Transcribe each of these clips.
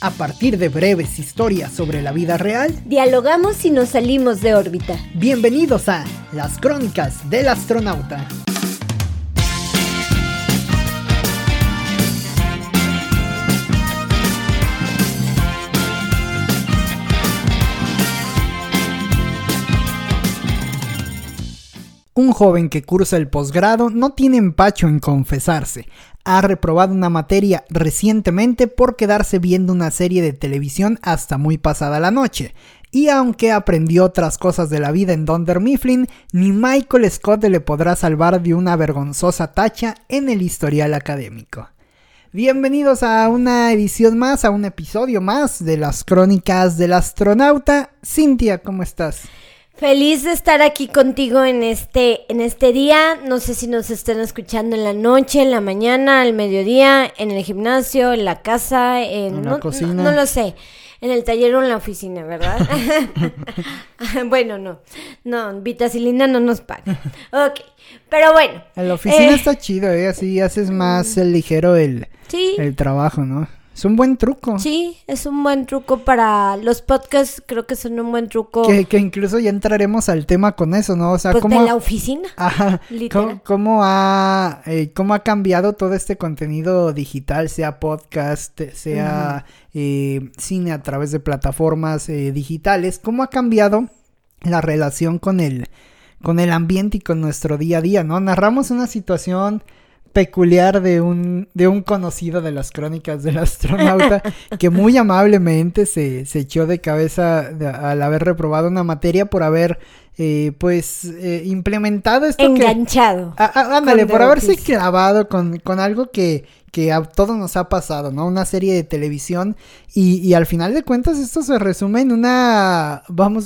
A partir de breves historias sobre la vida real, dialogamos y nos salimos de órbita. Bienvenidos a Las Crónicas del Astronauta. Un joven que cursa el posgrado no tiene empacho en confesarse. Ha reprobado una materia recientemente por quedarse viendo una serie de televisión hasta muy pasada la noche. Y aunque aprendió otras cosas de la vida en Dunder Mifflin, ni Michael Scott le podrá salvar de una vergonzosa tacha en el historial académico. Bienvenidos a una edición más, a un episodio más de Las Crónicas del Astronauta. Cintia, ¿cómo estás? Feliz de estar aquí contigo en este día. No sé si nos estén escuchando en la noche, en la mañana, al mediodía, en el gimnasio, en la casa, en la cocina. No lo sé. En el taller o en la oficina, ¿verdad? Bueno, no, Vitacilina no nos paga. Ok, pero bueno. En la oficina está chido, así haces más ligero el trabajo, ¿no? Es un buen truco. Sí, es un buen truco para los podcasts, creo que son un buen truco. Que incluso ya entraremos al tema con eso, ¿no? O sea, pues ¿cómo de la oficina. Ajá. ¿Cómo ha cambiado todo este contenido digital, sea podcast, sea cine a través de plataformas digitales? ¿Cómo ha cambiado la relación con el ambiente y con nuestro día a día, ¿no? Narramos una situación peculiar de un conocido de las Crónicas del Astronauta que muy amablemente se echó de cabeza al haber reprobado una materia por haber implementado esto. Enganchado. Ándale, por haberse clavado con algo que a todos nos ha pasado, ¿no? Una serie de televisión y al final de cuentas esto se resume en una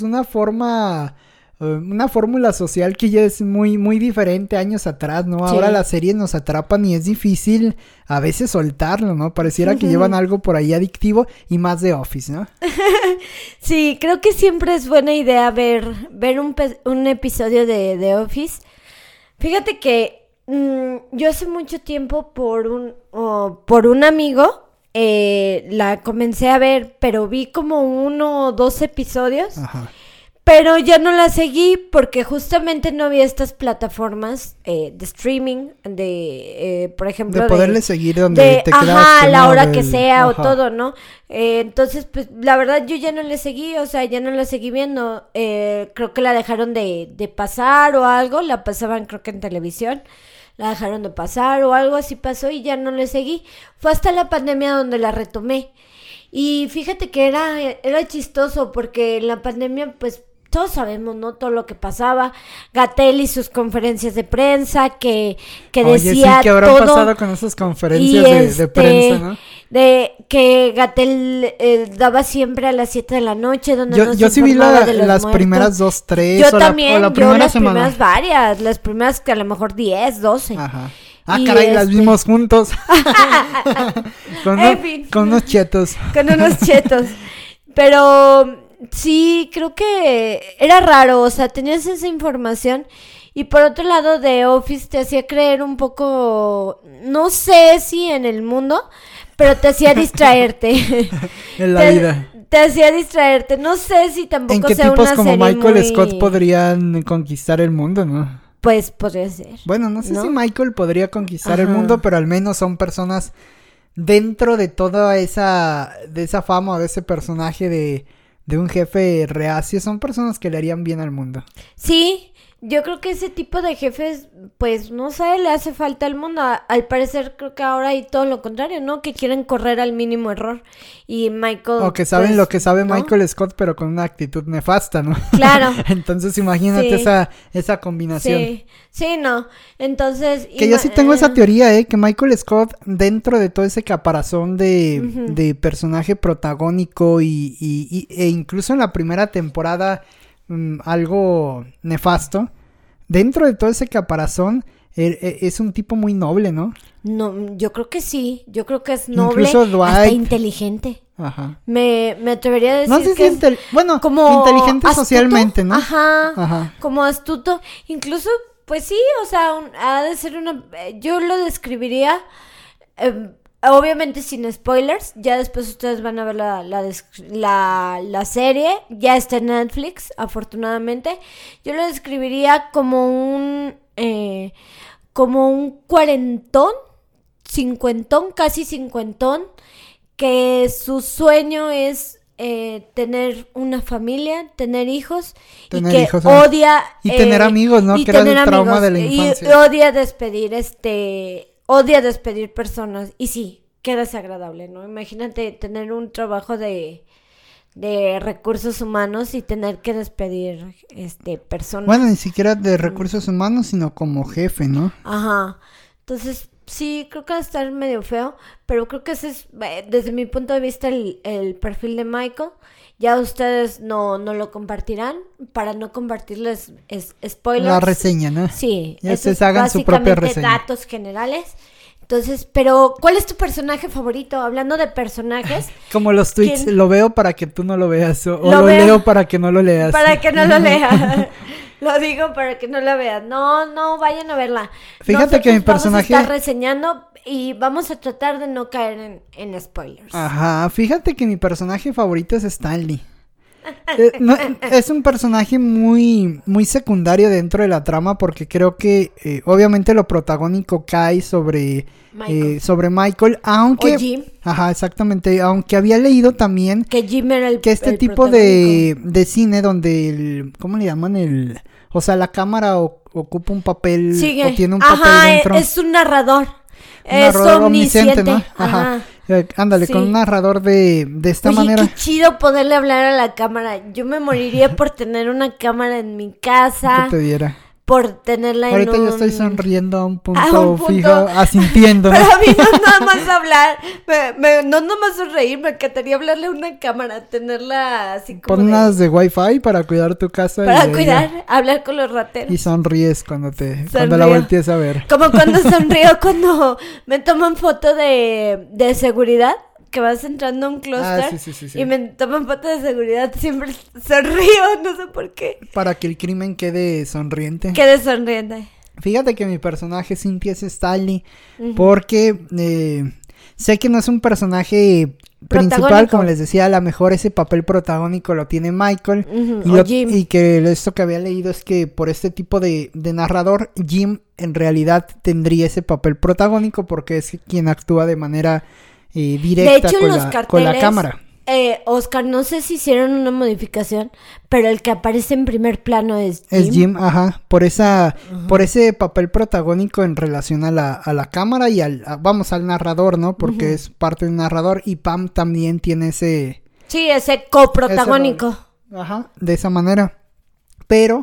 fórmula social que ya es muy, muy diferente años atrás, ¿no? Sí. Ahora las series nos atrapan y es difícil a veces soltarlo, ¿no? Pareciera que llevan algo por ahí adictivo y más de Office, ¿no? Sí, creo que siempre es buena idea ver un episodio de Office. Fíjate que yo hace mucho tiempo por un amigo la comencé a ver, pero vi como 1 o 2 episodios. Ajá. Pero ya no la seguí porque justamente no había estas plataformas de streaming, por ejemplo... De poderle seguir donde te quedaste. Ajá, a la hora que sea o todo, ¿no? Entonces, pues, la verdad yo ya no le seguí, o sea, ya no la seguí viendo. Creo que la dejaron de pasar o algo, la pasaban creo que en televisión. La dejaron de pasar o algo así pasó y ya no le seguí. Fue hasta la pandemia donde la retomé. Y fíjate que era chistoso porque en la pandemia, pues, todos sabemos, ¿no? Todo lo que pasaba. Gatell y sus conferencias de prensa que decía sí, ¿qué habrán todo? Pasado con esas conferencias de prensa, ¿no? De que Gatell daba siempre a las 7 de la noche donde yo sí vi las primeras 2, 3 yo también, la primera las semana. Primeras varias, las primeras que a lo mejor 10, 12. Ajá. Caray, las vimos juntos. Con unos chetos. Con unos chetos. Pero sí, creo que era raro, o sea, tenías esa información y por otro lado The Office te hacía creer un poco, no sé si en el mundo, pero te hacía distraerte. En la vida. Te hacía distraerte, no sé si tampoco sea una serie. ¿En qué tipos como Michael Scott podrían conquistar el mundo, no? Pues podría ser. Bueno, no sé si Michael podría conquistar el mundo, pero al menos son personas dentro de toda esa fama o de ese personaje de un jefe reacio, son personas que le harían bien al mundo. Sí, yo creo que ese tipo de jefes, pues, no sé, le hace falta al mundo. Al parecer, creo que ahora hay todo lo contrario, ¿no? Que quieren correr al mínimo error. Y Michael... O que saben pues, lo que sabe, ¿no? Michael Scott, pero con una actitud nefasta, ¿no? Claro. Entonces, imagínate esa combinación. Sí, no. Entonces... Que yo sí tengo esa teoría, que Michael Scott, dentro de todo ese caparazón de personaje protagónico e incluso en la primera temporada... algo nefasto, dentro de todo ese caparazón es un tipo muy noble, ¿no? No, yo creo que sí, yo creo que es noble, incluso Dwight, hasta inteligente. Ajá. Me atrevería a decir no sé que si como inteligente astuto, socialmente, ¿no? Ajá, como astuto, incluso, pues sí, o sea, ha de ser yo lo describiría obviamente sin spoilers, ya después ustedes van a ver la serie, ya está en Netflix, afortunadamente. Yo lo describiría como un cuarentón, cincuentón, casi cincuentón, que su sueño es tener una familia, tener hijos, Tener y que hijos, odia y tener amigos, ¿no? Que era el trauma de la infancia. y odia despedir personas, y sí, qué desagradable, ¿no? Imagínate tener un trabajo de recursos humanos y tener que despedir personas. Bueno, ni siquiera de recursos humanos, sino como jefe, ¿no? Ajá. Entonces, sí, creo que va a estar medio feo, pero creo que ese es, desde mi punto de vista, el perfil de Michael. Ya ustedes no lo compartirán para no compartirles spoilers. La reseña, ¿no? Sí. Ya ustedes hagan su propia reseña. Datos generales. Entonces, pero, ¿cuál es tu personaje favorito? Hablando de personajes. Como los tweets, lo veo para que tú no lo veas, o Lo lo veo leo para que no lo leas. Para que no lo leas. Lo digo para que no la vean. No, vayan a verla. Fíjate que mi personaje... Vamos a estar reseñando y vamos a tratar de no caer en spoilers. Ajá, fíjate que mi personaje favorito es Stanley. Es un personaje muy, muy secundario dentro de la trama porque creo que obviamente lo protagónico cae sobre Michael, aunque... O Jim. Ajá, exactamente, aunque había leído también que Jim era que este tipo de cine donde ¿cómo le llaman? O sea, la cámara ocupa un papel o tiene un papel dentro. Es un narrador. Es omnisciente, ¿no? Ajá. Ándale, sí. Con un narrador de esta manera. Qué chido poderle hablar a la cámara. Yo me moriría por tener una cámara en mi casa. Que te diera. Por tenerla ahorita yo estoy sonriendo a un punto fijo, asintiendo, ¿no? Pero a mí no es nada más hablar, no nada más sonreír, me encantaría hablarle a una cámara, tenerla así como pon unas de Wi-Fi para cuidar tu casa. Para hablar con los rateros. Y sonríes cuando la voltees a ver. Como cuando sonrío cuando me toman foto de seguridad. Que vas entrando a un clúster y me toman foto de seguridad, siempre sonrío, no sé por qué. Para que el crimen quede sonriente. Fíjate que mi personaje Cynthia es Stanley, porque sé que no es un personaje principal, como les decía, a lo mejor ese papel protagónico lo tiene Michael, y que esto que había leído es que por este tipo de narrador, Jim en realidad tendría ese papel protagónico porque es quien actúa de manera... directa de hecho, con la cámara. Oscar, no sé si hicieron una modificación, pero el que aparece en primer plano es Jim. Es Jim, ajá, por ese papel protagónico en relación a la cámara y al narrador, ¿no? Porque es parte del narrador y Pam también tiene ese... Sí, ese coprotagónico. Ajá, de esa manera. Pero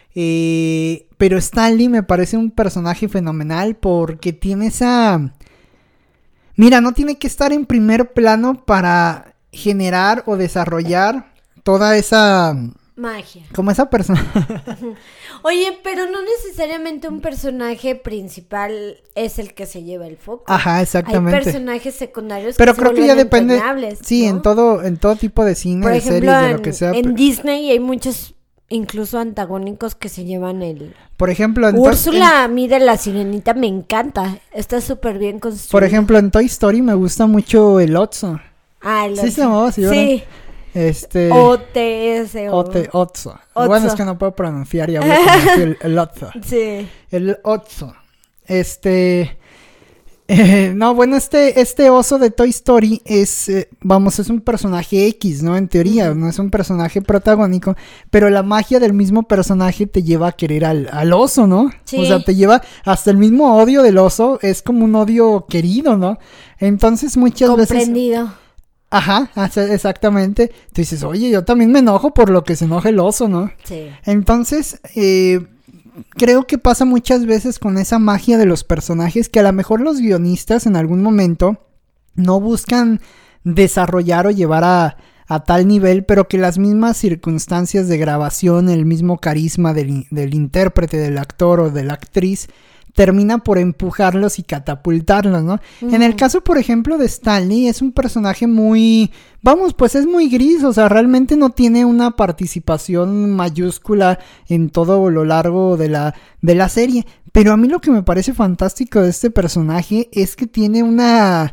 Stanley me parece un personaje fenomenal porque tiene esa... Mira, no tiene que estar en primer plano para generar o desarrollar toda esa... magia. Como esa persona. Oye, pero no necesariamente un personaje principal es el que se lleva el foco. Ajá, exactamente. Hay personajes secundarios pero creo que ya depende. Sí, ¿no? en todo tipo de cine, por de ejemplo, series, de lo que sea. En Disney hay muchos... incluso antagónicos que se llevan por ejemplo, Úrsula, a mí de la Sirenita me encanta. Está súper bien construida. Por ejemplo, en Toy Story me gusta mucho el Otso. El Otso. ¿Sí se llamaba así? Sí. Otso. Bueno, es que no puedo pronunciar y hablo como el Otso. Sí. El Otso. No, bueno, este oso de Toy Story es un personaje X, ¿no? En teoría, no es un personaje protagónico, pero la magia del mismo personaje te lleva a querer al oso, ¿no? Sí. O sea, te lleva hasta el mismo odio del oso, es como un odio querido, ¿no? Entonces muchas veces... Comprendido. Ajá, exactamente. Tú dices, oye, yo también me enojo por lo que se enoja el oso, ¿no? Sí. Entonces, creo que pasa muchas veces con esa magia de los personajes que a lo mejor los guionistas en algún momento no buscan desarrollar o llevar a tal nivel, pero que las mismas circunstancias de grabación, el mismo carisma del intérprete, del actor o de la actriz, termina por empujarlos y catapultarlos, ¿no? En el caso, por ejemplo, de Stanley, es un personaje muy... pues es muy gris, o sea, realmente no tiene una participación mayúscula en todo lo largo de la serie. Pero a mí lo que me parece fantástico de este personaje es que tiene una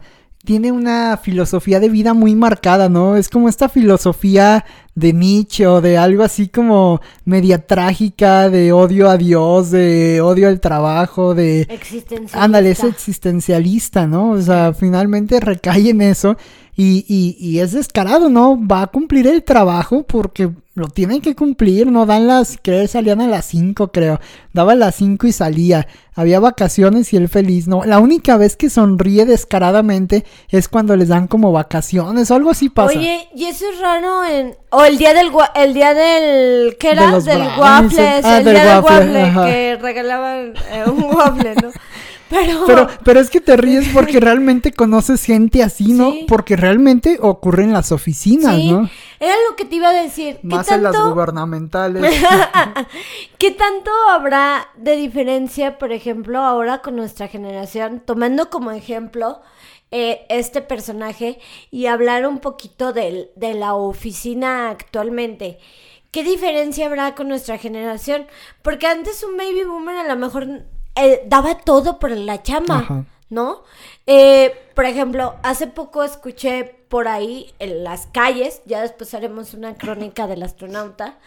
tiene una filosofía de vida muy marcada, ¿no? Es como esta filosofía de Nietzsche o de algo así como media trágica, de odio a Dios, de odio al trabajo, de... Existencialista. Ándale, es existencialista, ¿no? O sea, finalmente recae en eso y es descarado, ¿no? Va a cumplir el trabajo porque lo tienen que cumplir, ¿no? Salían a las 5, creo. Daba a las 5 y salía. Había vacaciones y él feliz, ¿no? La única vez que sonríe descaradamente es cuando les dan como vacaciones o algo así pasa. Oye, y eso es raro o el día del ¿qué era? De los del brownies, waffles, el del día del waffle, waffle, que regalaban un waffle, ¿no? Pero es que te ríes porque realmente conoces gente así, ¿no? Sí. Porque realmente ocurre en las oficinas, Sí, ¿no? era lo que te iba a decir. Más en las gubernamentales. ¿Qué tanto habrá de diferencia, por ejemplo, ahora con nuestra generación, tomando como ejemplo este personaje y hablar un poquito de la oficina actualmente? ¿Qué diferencia habrá con nuestra generación? Porque antes un baby boomer a lo mejor daba todo por la chamba. Ajá. ¿No? Por ejemplo, hace poco escuché por ahí en las calles, ya después haremos una crónica del astronauta,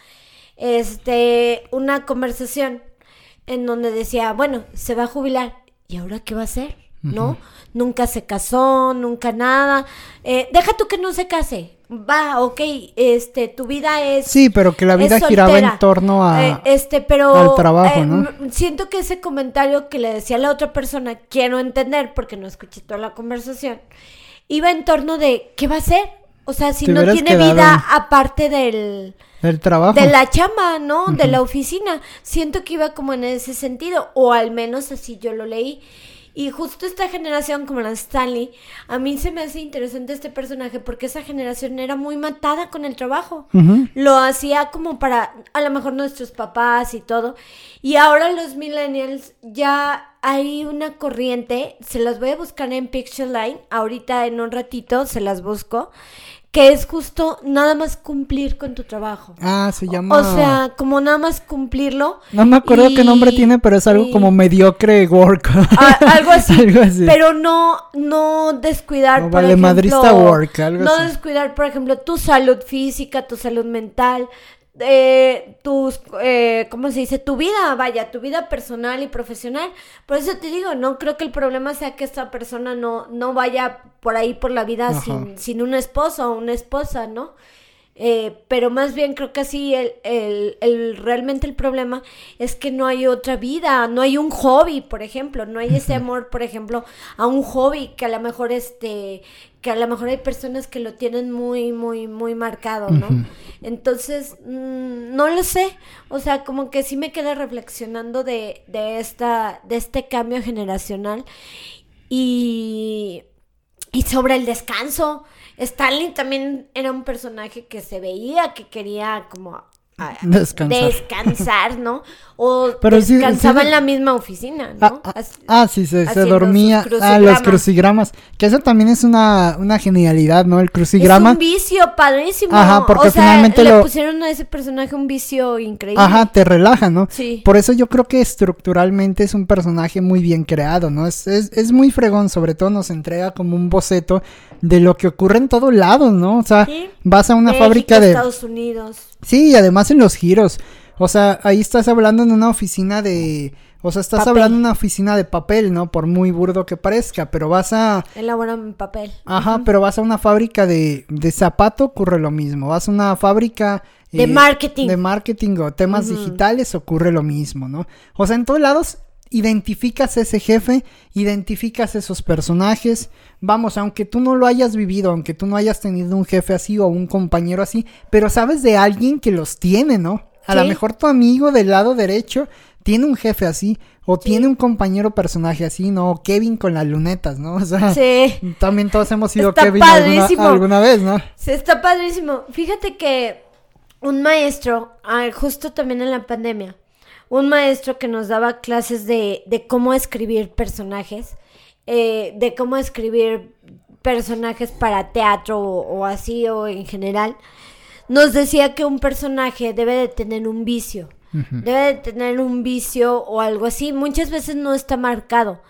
una conversación en donde decía, bueno, se va a jubilar, ¿y ahora qué va a hacer? ¿No? Uh-huh. Nunca se casó, nunca nada. Deja tú que no se case. Va, ok, tu vida es... Sí, pero que la vida giraba en torno a al trabajo, ¿no? Siento que ese comentario que le decía a la otra persona, quiero entender, porque no escuché toda la conversación, iba en torno de, ¿qué va a hacer? O sea, si no tiene vida aparte del trabajo. De la chamba, ¿no? Uh-huh. De la oficina. Siento que iba como en ese sentido, o al menos así yo lo leí. Y justo esta generación, como la Stanley, a mí se me hace interesante este personaje porque esa generación era muy matada con el trabajo. Uh-huh. Lo hacía como para, a lo mejor, nuestros papás y todo. Y ahora los millennials ya hay una corriente, se las voy a buscar en Pictureline, ahorita en un ratito se las busco, que es justo nada más cumplir con tu trabajo. Ah, se llama... O sea, como nada más cumplirlo. No me acuerdo qué nombre tiene, pero es algo como mediocre work. Algo así. Algo así. Pero no descuidar, no, por ejemplo... Madrista work, algo no así. Descuidar, por ejemplo, tu salud física, tu salud mental, ¿cómo se dice? Tu vida personal y profesional. Por eso te digo, no creo que el problema sea que esta persona no vaya por ahí por la vida sin un esposo o una esposa, ¿no? Pero más bien creo que así realmente el problema es que no hay otra vida, no hay un hobby, por ejemplo, no hay ese amor, por ejemplo, a un hobby que a lo mejor que a lo mejor hay personas que lo tienen muy, muy, muy marcado, ¿no? Uh-huh. Entonces, no lo sé, o sea, como que sí me quedé reflexionando de este cambio generacional y sobre el descanso. Stanley también era un personaje que se veía que quería como descansar, ¿no? O pero descansaba en la misma oficina, ¿no? Sí, se dormía. Los crucigramas. Que eso también es una genialidad, ¿no? El crucigrama. Es un vicio padrísimo. Ajá, porque finalmente le pusieron a ese personaje un vicio increíble. Ajá, te relaja, ¿no? Sí. Por eso yo creo que estructuralmente es un personaje muy bien creado, ¿no? Es muy fregón, sobre todo nos entrega como un boceto de lo que ocurre en todos lados, ¿no? O sea, ¿sí? Vas a una fábrica de Estados Unidos. Sí, y además en los giros. O sea, ahí estás hablando en una oficina hablando en una oficina de papel, ¿no? Por muy burdo que parezca, pero vas a... Elaboran papel. Ajá, uh-huh. Pero vas a una fábrica de zapato, ocurre lo mismo. Vas a una fábrica... de marketing. De marketing o temas uh-huh. digitales, ocurre lo mismo, ¿no? O sea, en todos lados identificas ese jefe, identificas esos personajes. Vamos, aunque tú no lo hayas vivido, aunque tú no hayas tenido un jefe así o un compañero así, pero sabes de alguien que los tiene, ¿no? A lo mejor tu amigo del lado derecho tiene un jefe así, o tiene un compañero personaje así, ¿no? Kevin con las lunetas, ¿no? O sea, también todos hemos sido está Kevin alguna vez, ¿no? Sí, está padrísimo. Fíjate que un maestro, justo también en la pandemia, un maestro que nos daba clases de cómo escribir personajes, de cómo escribir personajes para teatro o así, o en general, nos decía que un personaje debe de tener un vicio. Uh-huh. Debe de tener un vicio o algo así. Muchas veces no está marcado,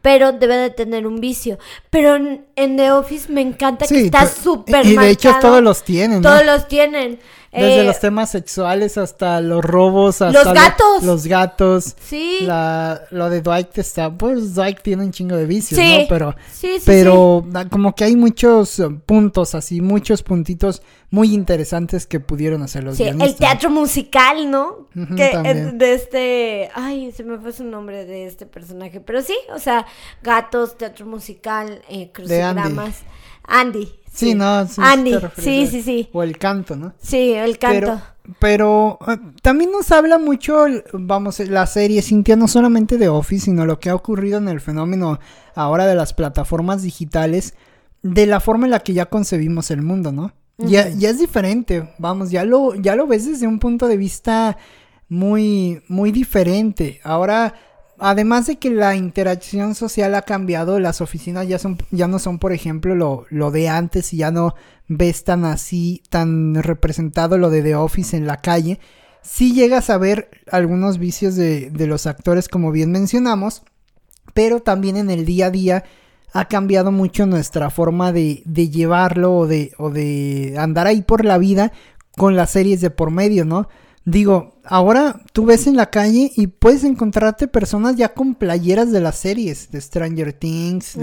pero debe de tener un vicio. Pero en The Office me encanta que está súper marcado. Y de hecho todos los tienen, ¿no? Todos los tienen. Desde los temas sexuales hasta los robos, hasta los gatos. Los gatos. Sí. Lo de Dwight está, pues Dwight tiene un chingo de vicios, sí. ¿no? Pero, sí. Como que hay muchos puntos así, muchos puntitos muy interesantes que pudieron hacer los guionistas. El teatro musical, ¿no? Uh-huh, que también. ay, se me fue su nombre de este personaje, pero sí, o sea, gatos, teatro musical, crucigramas. Andy. Sí, no, sí, Andy, sí. O el canto, ¿no? Sí, el canto. Pero también nos habla mucho, la serie, Cintia, no solamente de Office, sino lo que ha ocurrido en el fenómeno ahora de las plataformas digitales, de la forma en la que ya concebimos el mundo, ¿no? Uh-huh. Ya es diferente, ya lo ves desde un punto de vista muy, muy diferente. Ahora, además de que la interacción social ha cambiado, las oficinas ya no son, por ejemplo, lo de antes, y ya no ves tan representado lo de The Office en la calle. Sí llegas a ver algunos vicios de los actores, como bien mencionamos, pero también en el día a día ha cambiado mucho nuestra forma de llevarlo o de andar ahí por la vida con las series de por medio, ¿no? Digo, ahora tú ves en la calle y puedes encontrarte personas ya con playeras de las series, de Stranger Things,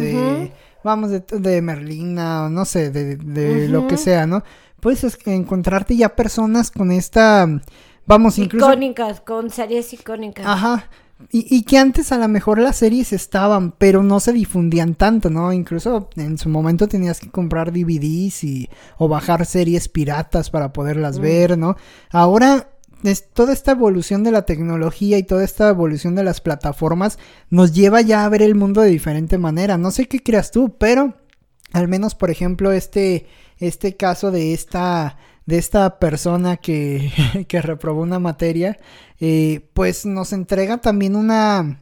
de Merlina, o no sé, de lo que sea, ¿no? Puedes encontrarte ya personas con esta, incluso... icónicas, con series icónicas. Ajá, y que antes a lo mejor las series estaban, pero no se difundían tanto, ¿no? Incluso en su momento tenías que comprar DVDs o bajar series piratas para poderlas ver, ¿no? Ahora... toda esta evolución de la tecnología y toda esta evolución de las plataformas nos lleva ya a ver el mundo de diferente manera. No sé qué creas tú, pero al menos, por ejemplo, este caso de esta persona que reprobó una materia, pues nos entrega también un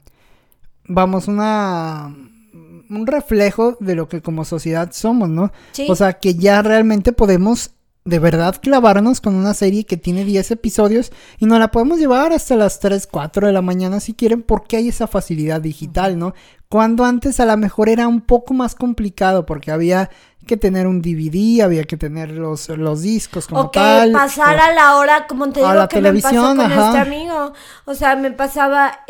reflejo de lo que como sociedad somos, ¿no? Sí. O sea, que ya realmente podemos de verdad clavarnos con una serie que tiene 10 episodios y nos la podemos llevar hasta las 3, 4 de la mañana si quieren, porque hay esa facilidad digital, ¿no? Cuando antes a lo mejor era un poco más complicado porque había que tener un DVD, había que tener los discos como tal. O que pasara la hora, como te digo, que me pasó con ajá. este amigo. O sea, me pasaba...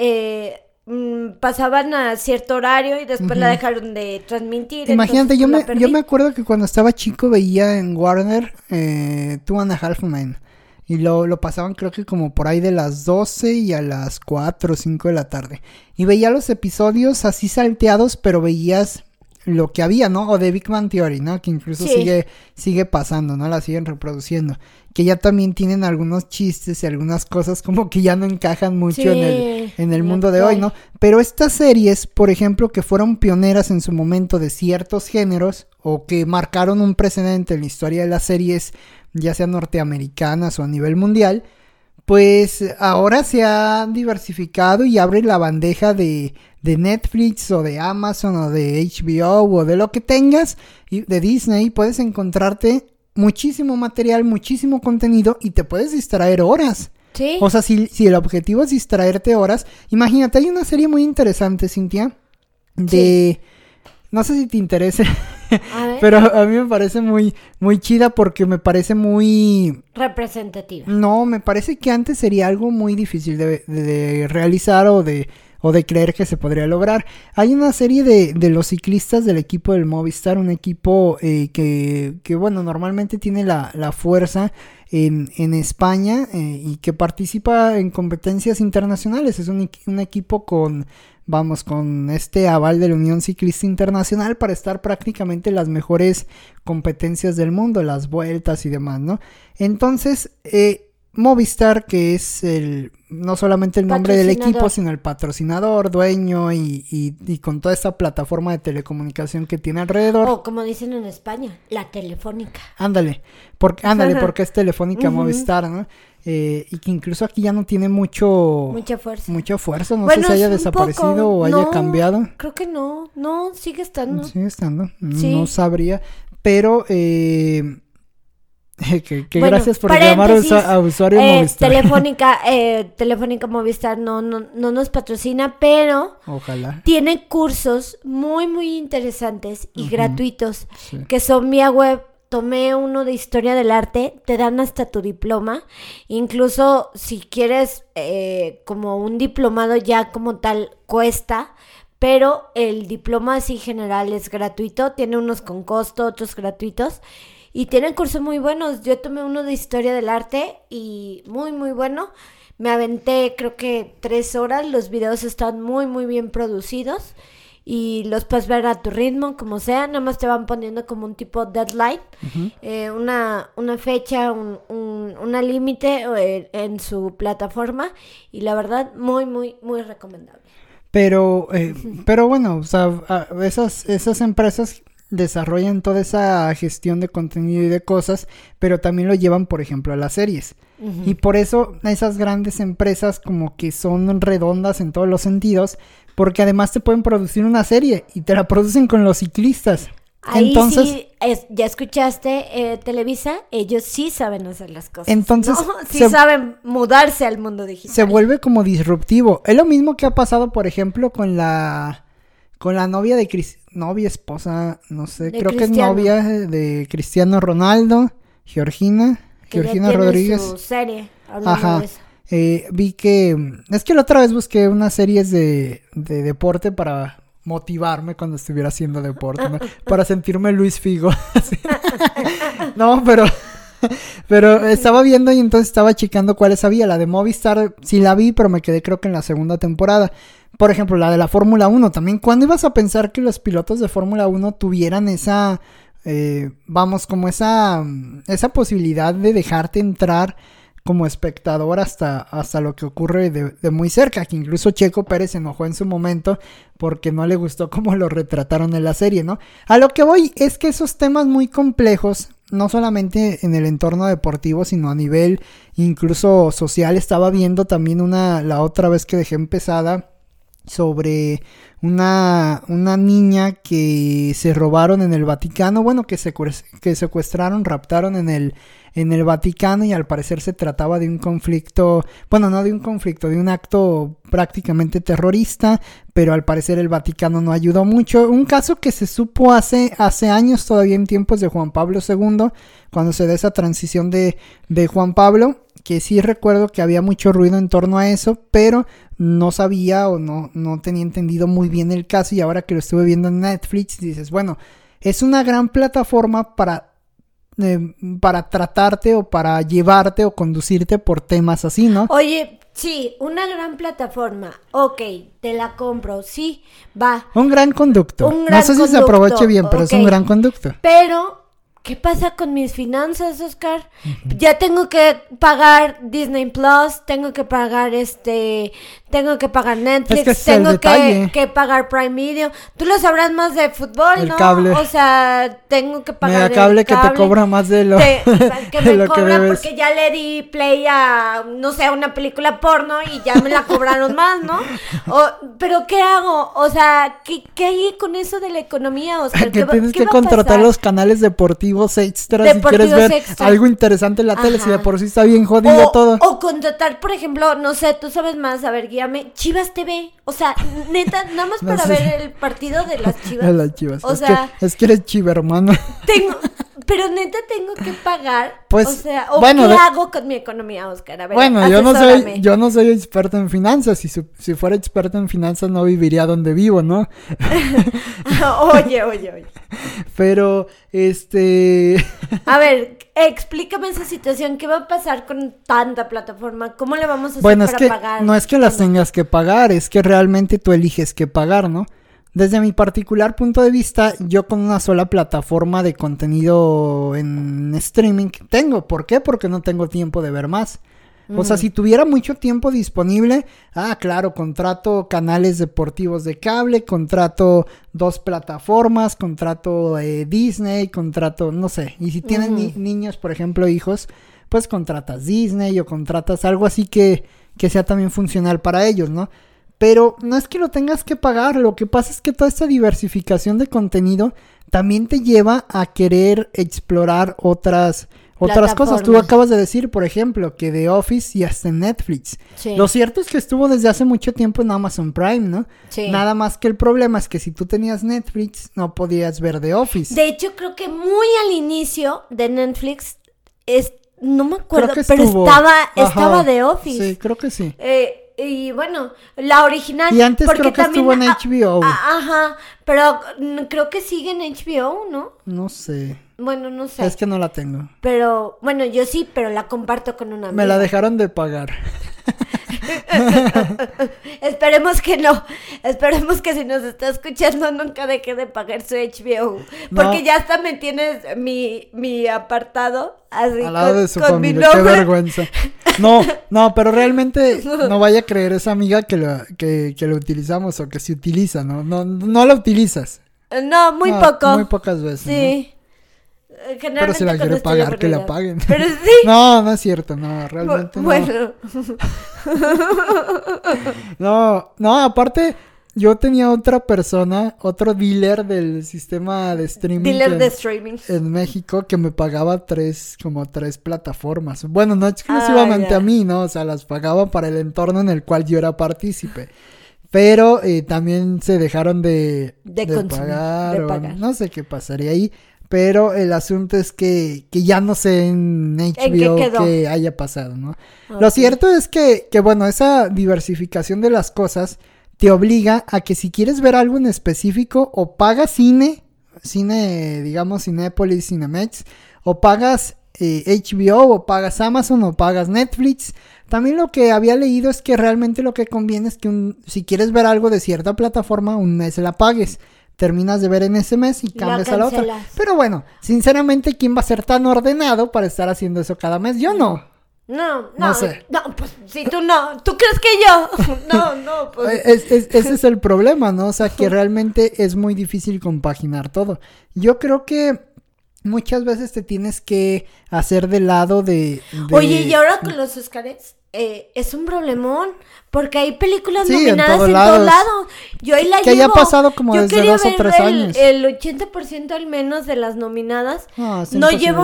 pasaban a cierto horario y después la dejaron de transmitir. Imagínate, yo me acuerdo que cuando estaba chico veía en Warner 2.5 Men y lo pasaban creo que como por ahí de las 12 y a las 4 o 5 de la tarde y veía los episodios así salteados, pero veías lo que había, ¿no? O de Big Bang Theory, ¿no? Que incluso sigue pasando, ¿no? La siguen reproduciendo. Que ya también tienen algunos chistes y algunas cosas como que ya no encajan mucho en el mundo de hoy, ¿no? Pero estas series, por ejemplo, que fueron pioneras en su momento de ciertos géneros o que marcaron un precedente en la historia de las series, ya sean norteamericanas o a nivel mundial, pues ahora se ha diversificado y abre la bandeja de Netflix o de Amazon o de HBO o de lo que tengas, y de Disney puedes encontrarte muchísimo material, muchísimo contenido y te puedes distraer horas. Sí. O sea, si el objetivo es distraerte horas, imagínate, hay una serie muy interesante, Cintia, no sé si te interese, pero a mí me parece muy, muy chida porque me parece muy... representativa. No, me parece que antes sería algo muy difícil de realizar o de creer que se podría lograr. Hay una serie de los ciclistas del equipo del Movistar, un equipo que bueno, normalmente tiene la fuerza en España y que participa en competencias internacionales. Es un equipo con este aval de la Unión Ciclista Internacional para estar prácticamente en las mejores competencias del mundo, las vueltas y demás, ¿no? Entonces, Movistar, que es no solamente el nombre del equipo, sino el patrocinador, dueño y con toda esta plataforma de telecomunicación que tiene alrededor. O como dicen en España, la telefónica. Ándale, porque es telefónica Movistar, ¿no? Y que incluso aquí ya no tiene mucha fuerza, no sé si haya desaparecido o haya cambiado. Creo que no, sigue estando. Sigue estando, Sí. No sabría, pero Que Bueno, gracias por llamar a usuario Movistar. Telefónica Movistar no nos patrocina, pero Ojalá. tiene cursos muy, muy interesantes y gratuitos, Sí. que son vía web. Tomé uno de historia del arte, te dan hasta tu diploma, incluso si quieres como un diplomado ya como tal cuesta, pero el diploma así general es gratuito, tiene unos con costo, otros gratuitos, y tienen cursos muy buenos. Yo tomé uno de historia del arte y muy, muy bueno. Me aventé creo que 3 horas, los videos están muy, muy bien producidos. Y los puedes ver a tu ritmo, como sea, nada más te van poniendo como un tipo deadline, una fecha, una límite en su plataforma, y la verdad, muy, muy, muy recomendable. Pero bueno, o sea, esas empresas desarrollan toda esa gestión de contenido y de cosas, pero también lo llevan, por ejemplo, a las series. Y por eso esas grandes empresas como que son redondas en todos los sentidos, porque además te pueden producir una serie y te la producen con los ciclistas. Ahí Entonces, sí, ya escuchaste Televisa, ellos sí saben hacer las cosas. Entonces, ¿no? Sí saben mudarse al mundo digital. Se vuelve como disruptivo. Es lo mismo que ha pasado, por ejemplo, con la novia de esposa, no sé, creo que es novia de Cristiano Ronaldo, Georgina Rodríguez. Su serie, Ajá. de eso. Vi es que la otra vez busqué unas series de deporte para motivarme cuando estuviera haciendo deporte, ¿no? Para sentirme Luis Figo. No, pero estaba viendo y entonces estaba checando cuáles había. La de Movistar sí la vi, pero me quedé creo que en la segunda temporada. Por ejemplo, la de la Fórmula 1 también. ¿Cuándo ibas a pensar que los pilotos de Fórmula 1 tuvieran esa como esa posibilidad de dejarte entrar como espectador hasta lo que ocurre de muy cerca? Que incluso Checo Pérez se enojó en su momento porque no le gustó cómo lo retrataron en la serie, ¿no? A lo que voy es que esos temas muy complejos, no solamente en el entorno deportivo, sino a nivel incluso social. Estaba viendo también la otra vez que dejé empezada sobre una niña que se robaron en el Vaticano, bueno, que secuestraron, raptaron en el Vaticano, y al parecer se trataba de un conflicto, bueno, no de un conflicto, de un acto prácticamente terrorista, pero al parecer el Vaticano no ayudó mucho. Un caso que se supo hace años, todavía en tiempos de Juan Pablo II, cuando se da esa transición de Juan Pablo, que sí recuerdo que había mucho ruido en torno a eso, pero no sabía o no tenía entendido muy bien el caso, y ahora que lo estuve viendo en Netflix dices, bueno, es una gran plataforma para tratarte o para llevarte o conducirte por temas así, ¿no? Oye, sí, una gran plataforma, ok, te la compro, sí, va. Un gran conducto. No sé si se aproveche bien, pero es un gran conducto. Pero ¿qué pasa con mis finanzas, Oscar? Ya tengo que pagar Disney Plus, tengo que pagar Netflix, es tengo que pagar Prime Video. Tú lo sabrás más de fútbol, el ¿no? Cable. O sea, tengo que pagar cable que te cobra más de lo que de me lo que cobra debes. porque ya le di play a, no sé, una película porno y ya me la cobraron más, ¿no? Pero ¿qué hago? O sea, ¿qué hay con eso de la economía, Oscar? Que tienes ¿qué que va a contratar pasar? los canales deportivos extras si quieres ver extra. algo interesante en la tele, Ajá. si de por sí está bien jodido todo. O contratar, por ejemplo, no sé, tú sabes más, a ver, guíame, Chivas TV. O sea, neta, nada más No para sé. ver el partido de las Chivas. De las Chivas. O sea, es que eres chiva, hermano. pero neta tengo que pagar. Pues, o sea, bueno, ¿qué hago con mi economía, Oscar? A ver, bueno, asesórame. yo no soy experto en finanzas. Si fuera experto en finanzas no viviría donde vivo, ¿no? Oye. Pero, A ver, explícame esa situación. ¿Qué va a pasar con tanta plataforma? ¿Cómo le vamos a hacer bueno, para pagar? No es que las tengas que pagar, es que realmente tú eliges qué pagar, ¿no? Desde mi particular punto de vista, yo con una sola plataforma de contenido en streaming tengo. ¿Por qué? Porque no tengo tiempo de ver más. O sea, si tuviera mucho tiempo disponible, claro, contrato canales deportivos de cable, contrato 2 plataformas, contrato Disney, contrato, no sé. Y si tienen niños, por ejemplo, hijos, pues contratas Disney o contratas algo así que sea también funcional para ellos, ¿no? Pero no es que lo tengas que pagar, lo que pasa es que toda esta diversificación de contenido también te lleva a querer explorar otras otras cosas. Tú acabas de decir, por ejemplo, que The Office ya está en Netflix. Sí. Lo cierto es que estuvo desde hace mucho tiempo en Amazon Prime, ¿no? Sí. Nada más que el problema es que si tú tenías Netflix, no podías ver The Office. De hecho, creo que muy al inicio de Netflix, no me acuerdo, Creo que pero estaba Ajá. The Office. Sí, creo que sí. Y bueno, la original. Y antes porque creo que estuvo en HBO. Ajá, pero creo que sigue en HBO, ¿no? No sé. Bueno, no sé. Es que no la tengo. Pero, bueno, yo sí, pero la comparto con una amiga. Me la dejaron de pagar. Esperemos que no. Esperemos que si nos está escuchando nunca deje de pagar su HBO. Porque ya hasta me tienes mi apartado así al lado de su con mi familia. Qué nombre. vergüenza. No, pero realmente no vaya a creer esa amiga que lo utilizamos o que se utiliza, ¿no? No la utilizas. No, muy poco. Muy pocas veces. Sí. ¿no? Pero si la quiere pagar, que la paguen. Pero sí. No es cierto, no, realmente bueno. No, aparte, yo tenía otra persona, otro dealer del sistema de streaming. Dealer de streaming. En México que me pagaba como tres plataformas. Bueno, no exclusivamente a mí, ¿no? O sea, las pagaba para el entorno en el cual yo era partícipe. Pero también se dejaron de pagar. No sé qué pasaría ahí. Pero el asunto es que ya no sé en HBO qué haya pasado, ¿no? Okay. Lo cierto es que, bueno, esa diversificación de las cosas te obliga a que si quieres ver algo en específico, o pagas cine, digamos, Cinépolis, Cinemex, o pagas HBO, o pagas Amazon, o pagas Netflix. También lo que había leído es que realmente lo que conviene es que si quieres ver algo de cierta plataforma, un mes la pagues. Terminas de ver en ese mes y cambias a la otra. Pero bueno, sinceramente, ¿quién va a ser tan ordenado para estar haciendo eso cada mes? Yo no. No sé. No, pues si tú no. ¿Tú crees que yo? No, pues. Ese es el problema, ¿no? O sea, que realmente es muy difícil compaginar todo. Yo creo que muchas veces te tienes que hacer de lado de... Oye, y ahora con los Óscares, es un problemón, porque hay películas nominadas en todos lados. Yo ahí la que llevo. haya pasado como desde 2 o 3 años. El 80% al menos de las nominadas. No llevo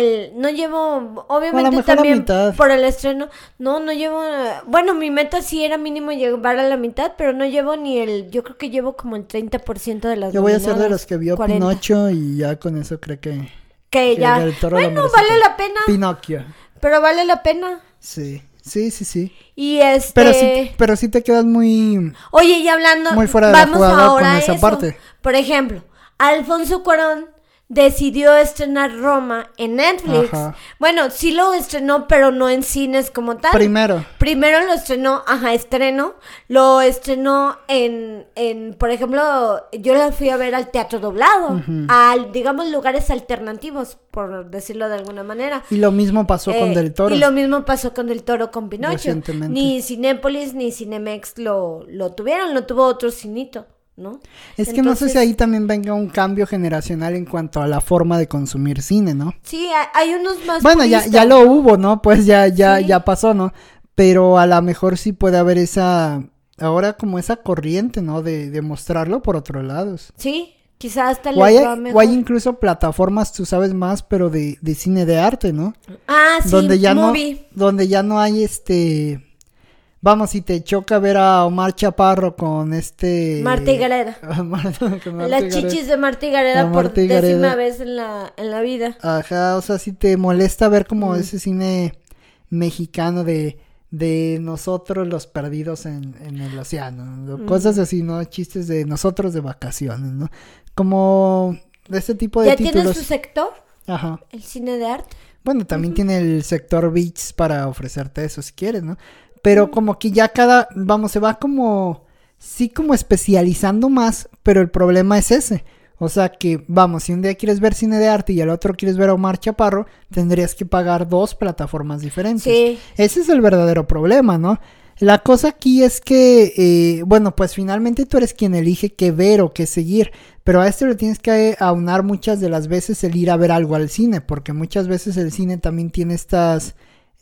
obviamente también por el estreno. No llevo, bueno, mi meta sí era mínimo llevar a la mitad, pero no llevo yo creo que llevo como el 30% de las nominadas. Yo voy a ser de los que vio 40. Pinocho y ya con eso creo que ya. Bueno, vale la pena. Pinocchio. Pero vale la pena. Sí. Y Pero sí te quedas muy... Oye, y hablando... Muy fuera de la jugada con esa parte. Por ejemplo, Alfonso Cuarón decidió estrenar Roma en Netflix. Ajá. Bueno, sí lo estrenó, pero no en cines como tal. Primero lo estrenó, lo estrenó en por ejemplo, yo la fui a ver al teatro doblado, digamos, lugares alternativos, por decirlo de alguna manera. Y lo mismo pasó con Del Toro. Y lo mismo pasó con Del Toro con Pinocho. Ni Cinépolis ni Cinemex lo tuvieron, lo tuvo otro cinito, ¿no? Es que no sé si ahí también venga un cambio generacional en cuanto a la forma de consumir cine, ¿no? Sí, hay unos más bueno, ya lo hubo, ¿no? Pues ya pasó, ¿no? Pero a lo mejor sí puede haber ahora como esa corriente, ¿no? De mostrarlo por otros lados. Sí, quizás hasta o hay incluso plataformas, tú sabes más, pero de cine de arte, ¿no? Ah, sí, donde ya no hay Vamos, si te choca ver a Omar Chaparro con Marta Higareda. Las chichis de Marta Higareda por 10ª vez en la vida. Ajá, o sea, si te molesta ver como ese cine mexicano de nosotros los perdidos en el océano, cosas así, ¿no? Chistes de nosotros de vacaciones, ¿no? Como de ese tipo de títulos. ¿Ya tiene su sector? Ajá. El cine de arte. Bueno, también tiene el sector beats para ofrecerte eso si quieres, ¿no? Pero como que ya se va como especializando más, pero el problema es ese. O sea que, si un día quieres ver cine de arte y al otro quieres ver a Omar Chaparro, tendrías que pagar 2 plataformas diferentes. Sí. Ese es el verdadero problema, ¿no? La cosa aquí es que, pues finalmente tú eres quien elige qué ver o qué seguir, pero a esto le tienes que aunar muchas de las veces el ir a ver algo al cine, porque muchas veces el cine también tiene estas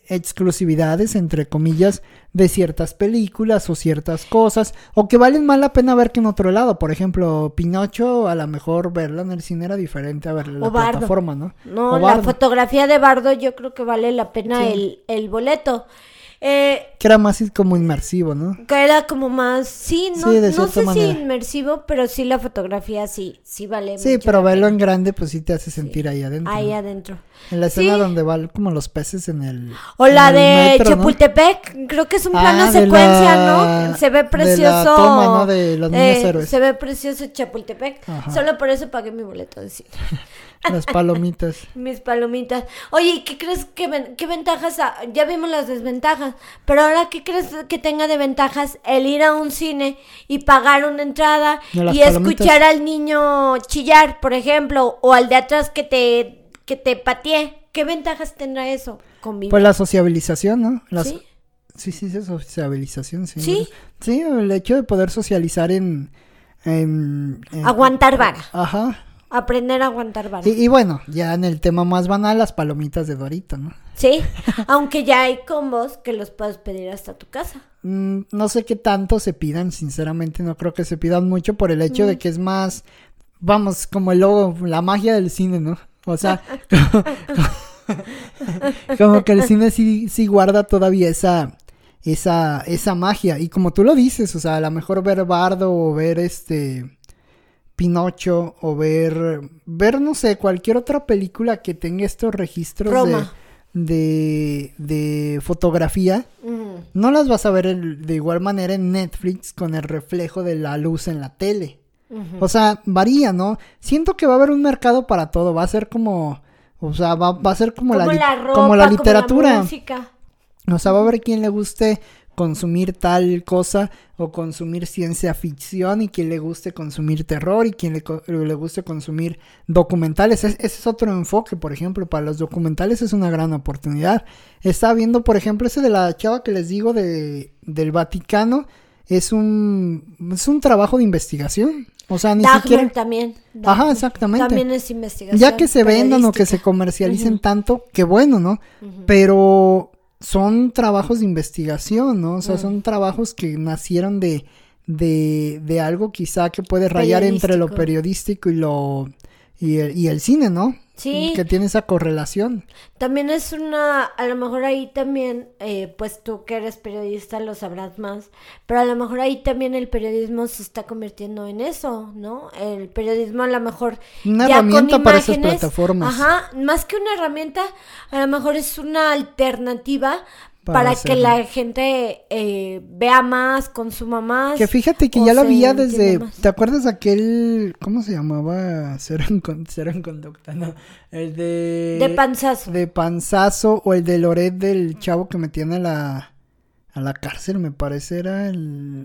exclusividades, entre comillas, de ciertas películas o ciertas cosas, o que valen más la pena ver que en otro lado. Por ejemplo, Pinocho, a lo mejor verla en el cine era diferente a verla en la plataforma, ¿no? No, la fotografía de Bardo yo creo que vale la pena el boleto. Que era más como inmersivo, ¿no? Que era como más, no sé manera. si inmersivo, pero sí la fotografía sí vale mucho. Sí, pero verlo en grande pues sí te hace sentir ahí adentro. Ahí ¿no? adentro. En la escena donde van como los peces en el... O la de metro, Chapultepec, ¿no? Creo que es un plano secuencia, ¿no? Se ve precioso. De la toma, ¿no? De los niños héroes. Se ve precioso Chapultepec. Ajá. Solo por eso pagué mi boleto de cine. Las palomitas. Mis palomitas. Oye, ¿qué crees qué ventajas? Ya vimos las desventajas, pero ahora ¿qué crees que tenga de ventajas el ir a un cine y pagar una entrada y escuchar al niño chillar, por ejemplo, o al de atrás que te patee? ¿Qué ventajas tendrá eso? Convivir. Pues la sociabilización, ¿no? ¿Sí? Sí, sociabilización, sí. ¿Sí? Sí, el hecho de poder socializar en aguantar vara. Ajá. Aprender a aguantar vara. Y bueno, ya en el tema más banal, las palomitas de Dorito, ¿no? Sí, aunque ya hay combos que los puedes pedir hasta tu casa. No sé qué tanto se pidan, sinceramente no creo que se pidan mucho por el hecho de que es más, vamos, como el logo, la magia del cine, ¿no? O sea, como que el cine sí guarda todavía esa magia. Y como tú lo dices, o sea, a lo mejor ver Bardo o ver Pinocho o ver, no sé, cualquier otra película que tenga estos registros Roma. de fotografía, no las vas a ver de igual manera en Netflix con el reflejo de la luz en la tele. O sea, varía, ¿no? Siento que va a haber un mercado para todo, va a ser como, o sea, va a ser como la ropa, como la literatura. Como la música. O sea, va a haber quien le guste consumir tal cosa o consumir ciencia ficción y quien le guste consumir terror y quien le guste consumir documentales. Ese es otro enfoque, por ejemplo, para los documentales es una gran oportunidad. Estaba viendo, por ejemplo, ese de la chava que les digo del Vaticano, es un trabajo de investigación. O sea, ni siquiera... también. Ajá, exactamente. También es investigación. Ya que se vendan o que se comercialicen tanto, qué bueno, ¿no? Pero son trabajos de investigación, ¿no? O sea, son trabajos que nacieron de algo quizá que puede rayar entre lo periodístico y el cine, ¿no? Sí. Que tiene esa correlación. También es a lo mejor ahí también, pues tú que eres periodista lo sabrás más, pero a lo mejor ahí también el periodismo se está convirtiendo en eso, ¿no? El periodismo a lo mejor una ya herramienta con para esas imágenes, plataformas. Ajá, más que una herramienta, a lo mejor es una alternativa para que la gente vea más, consuma más. Que fíjate que ya lo había desde... ¿Te acuerdas de aquel... ¿Cómo se llamaba? Cero en conducta, no. El de... De Panzazo. De Panzazo o el de Loret del chavo que metían a la cárcel, me parece. Era el...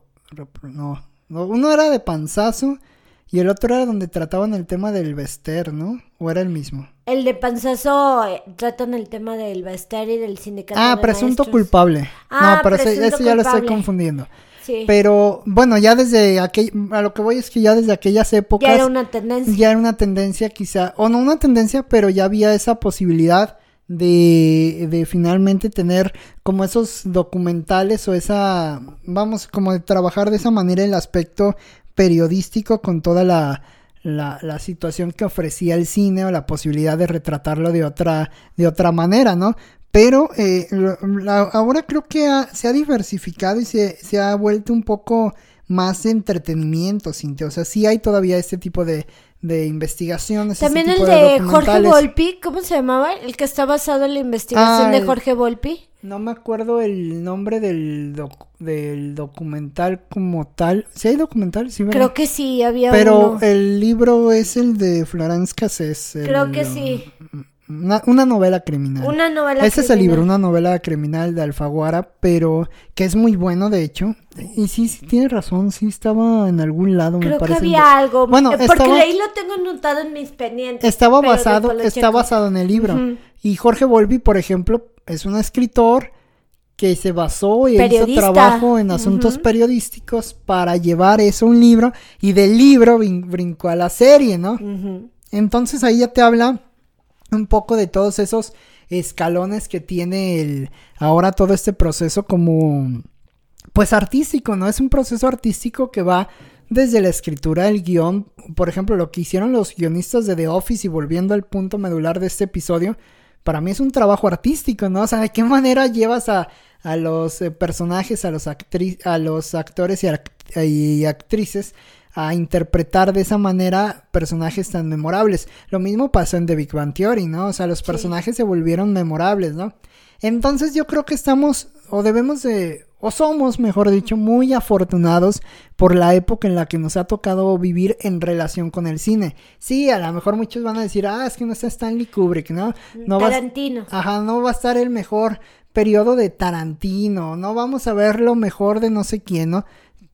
No, uno era de Panzazo y el otro era donde trataban el tema del Bester, ¿no? ¿O era el mismo? El de Panzazo tratan el tema del Bester y del sindicato de presunto maestros. culpable. No, pero ese ya lo estoy confundiendo. Sí. Pero, bueno, ya desde a lo que voy es que ya desde aquellas épocas... Ya era una tendencia. Ya era una tendencia quizá, o no una tendencia, pero ya había esa posibilidad de finalmente tener como esos documentales o vamos, como de trabajar de esa manera el aspecto periodístico con toda la situación que ofrecía el cine o la posibilidad de retratarlo de otra manera, ¿no? Pero ahora creo que se ha diversificado y se ha vuelto un poco más de entretenimiento, Cintia. O sea, sí hay todavía este tipo de investigaciones. También este el de Jorge Volpi, ¿cómo se llamaba? El que está basado en la investigación de Jorge Volpi. No me acuerdo el nombre del documental como tal. ¿Sí hay documental? Sí, ¿verdad? Creo que sí, había Pero uno. El libro es el de Florence Cassés. Creo que sí. Una novela criminal. Ese es el libro, una novela criminal de Alfaguara, pero que es muy bueno, de hecho. Y sí, tiene razón, sí estaba en algún lado, creo me parece. Creo que había algo. Bueno, porque ahí lo tengo anotado en mis pendientes. Está basado en el libro. Y Jorge Volpi, por ejemplo, es un escritor que se basó y hizo trabajo en asuntos periodísticos para llevar eso a un libro, y del libro brincó a la serie, ¿no? Entonces ahí ya te habla un poco de todos esos escalones que tiene ahora todo este proceso como, pues artístico, ¿no? Es un proceso artístico que va desde la escritura del guión, por ejemplo, lo que hicieron los guionistas de The Office, y volviendo al punto medular de este episodio, para mí es un trabajo artístico, ¿no? O sea, ¿de qué manera llevas a los personajes, a los actores y actrices a interpretar de esa manera personajes tan memorables? Lo mismo pasó en The Big Bang Theory, ¿no? O sea, los personajes se volvieron memorables, ¿no? Entonces yo creo que estamos, o debemos de, o somos, mejor dicho, muy afortunados por la época en la que nos ha tocado vivir en relación con el cine. Sí, a lo mejor muchos van a decir, es que no está Stanley Kubrick, ¿no? Tarantino. No va a estar el mejor periodo de Tarantino, no vamos a ver lo mejor de no sé quién, ¿no?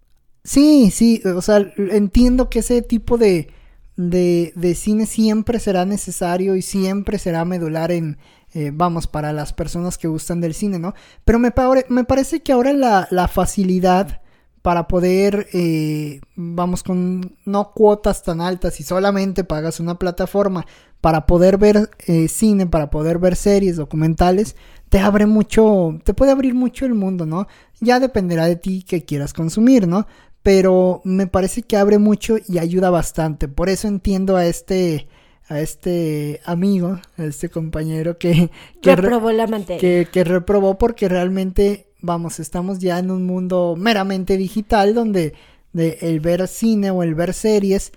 Sí, o sea, entiendo que ese tipo de cine siempre será necesario y siempre será medular para las personas que gustan del cine, ¿no? Pero me parece que ahora la facilidad para poder, con no cuotas tan altas y solamente pagas una plataforma para poder ver cine, para poder ver series, documentales, te puede abrir mucho el mundo, ¿no? Ya dependerá de ti que quieras consumir, ¿no? Pero me parece que abre mucho y ayuda bastante. Por eso entiendo a este amigo, a este compañero que reprobó la materia. Que reprobó, porque realmente, estamos ya en un mundo meramente digital donde el ver cine o el ver series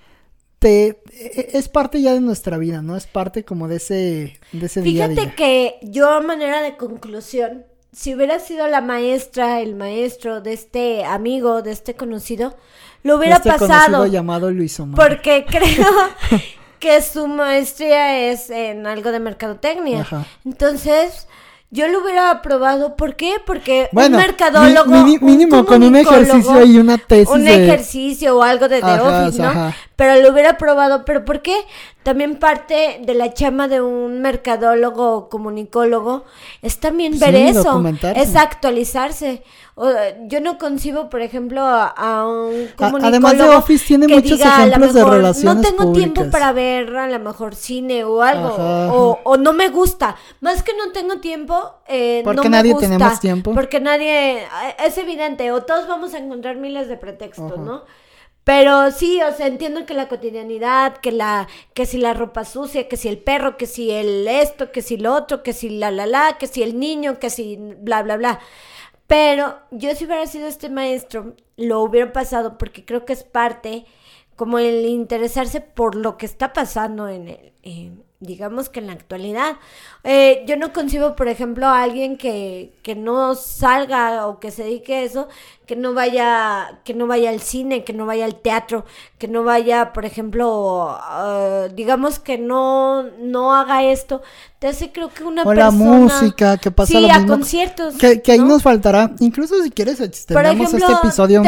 es parte ya de nuestra vida, ¿no? Es parte como de ese día a día. Fíjate que yo, a manera de conclusión, si hubiera sido la maestra, el maestro de este amigo, de este conocido, lo hubiera pasado. Conocido llamado Luis Omar. Porque creo que su maestría es en algo de mercadotecnia. Ajá. Entonces, yo lo hubiera aprobado. ¿Por qué? Porque un mercadólogo, mínimo con un ejercicio y una tesis. Un ejercicio o algo de The Office, ¿no? Ajá. Pero lo hubiera aprobado. ¿Pero por qué? También parte de la chama de un mercadólogo o comunicólogo es también ver eso. Es actualizarse. Yo no concibo, por ejemplo, a un comunicólogo. Además, The Office tiene muchos ejemplos de relaciones no tengo públicas. Tiempo para ver a lo mejor cine o algo, o no me gusta. Más que no tengo tiempo, porque no nadie me gusta, tenemos tiempo. Porque nadie, es evidente, o todos vamos a encontrar miles de pretextos, ¿no? Pero sí, o sea, entiendo que la cotidianidad, que si la ropa sucia, que si el perro, que si el esto, que si lo otro, que si que si el niño, que si bla, bla, bla. Pero yo, si hubiera sido este maestro, lo hubiera pasado, porque creo que es parte como el interesarse por lo que está pasando digamos que en la actualidad. Yo no concibo, por ejemplo, a alguien que no salga o que se dedique a eso, que no vaya al cine, que no vaya al teatro, que no vaya, por ejemplo, digamos que no haga esto. Entonces creo que una persona... O la música, que pasa lo mismo. Sí, a conciertos. Que ahí nos faltará, incluso si quieres extendemos este episodio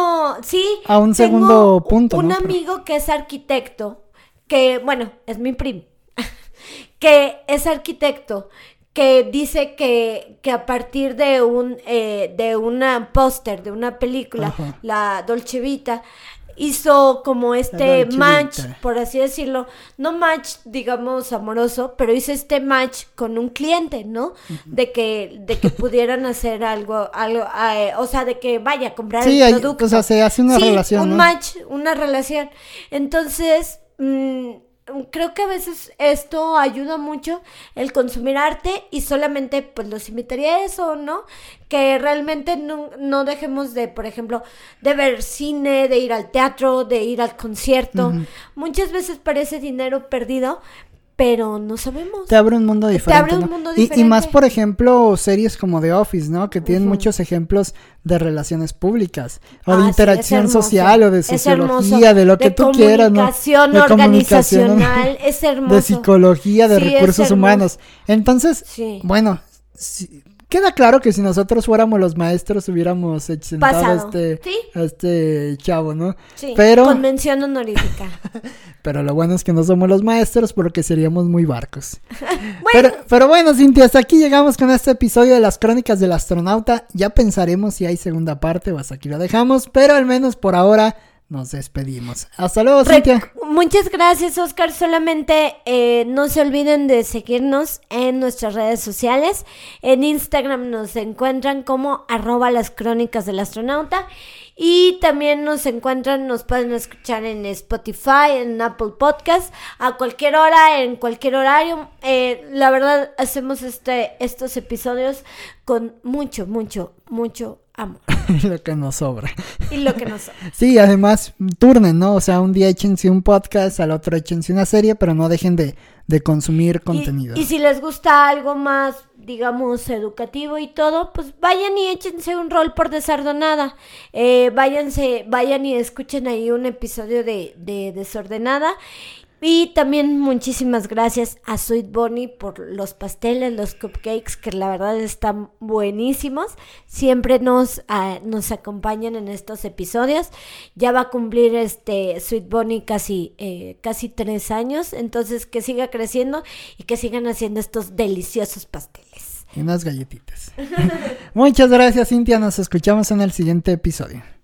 a un segundo punto. Un amigo que es arquitecto, que, bueno, es mi primo, que es arquitecto, que dice que a partir de una póster de una película, ajá, la Dolce Vita, hizo como match, por así decirlo, no match, digamos, amoroso, pero hizo este match con un cliente, ¿no? Uh-huh. De que pudieran hacer algo, o sea, de que vaya a comprar el producto. O sea, se hace una relación, un ¿no? match, una relación. Entonces, creo que a veces esto ayuda mucho, el consumir arte, y solamente pues los invitaría a eso, ¿no? Que realmente no dejemos de, por ejemplo, de ver cine, de ir al teatro, de ir al concierto. Uh-huh. Muchas veces parece dinero perdido, pero no sabemos. Te abre un mundo diferente, ¿no? Y más, por ejemplo, series como The Office, ¿no? Que tienen muchos ejemplos de relaciones públicas, o de interacción social, o de sociología, de lo que tú quieras, ¿no? De organizacional, es hermoso. De psicología, de recursos humanos. Entonces, bueno, queda claro que si nosotros fuéramos los maestros hubiéramos exentado a este chavo, ¿no? Sí, pero, con mención honorífica. Pero lo bueno es que no somos los maestros, porque seríamos muy barcos. Bueno. Pero bueno, Cintia, hasta aquí llegamos con este episodio de las Crónicas del Astronauta. Ya pensaremos si hay segunda parte o hasta aquí lo dejamos, pero al menos por ahora nos despedimos. Hasta luego, Cintia. Muchas gracias, Oscar. Solamente no se olviden de seguirnos en nuestras redes sociales. En Instagram nos encuentran como @lascrónicasdelastronauta. Y también nos pueden escuchar en Spotify, en Apple Podcast, a cualquier hora, en cualquier horario. La verdad, hacemos estos episodios con mucho, mucho, mucho amor. Lo que nos sobra. Y lo que nos sobra. Sí, además, turnen, ¿no? O sea, un día échense un podcast, al otro échense una serie, pero no dejen de consumir contenido. Y si les gusta algo más, digamos, educativo y todo, pues vayan y échense un rol por Desardonada. Vayan y escuchen ahí un episodio de Desordenada. Y también muchísimas gracias a Sweet Bonnie por los pasteles, los cupcakes, que la verdad están buenísimos. Siempre nos acompañan en estos episodios. Ya va a cumplir Sweet Bonnie casi 3 años. Entonces que siga creciendo y que sigan haciendo estos deliciosos pasteles. Y unas galletitas. Muchas gracias, Cintia. Nos escuchamos en el siguiente episodio.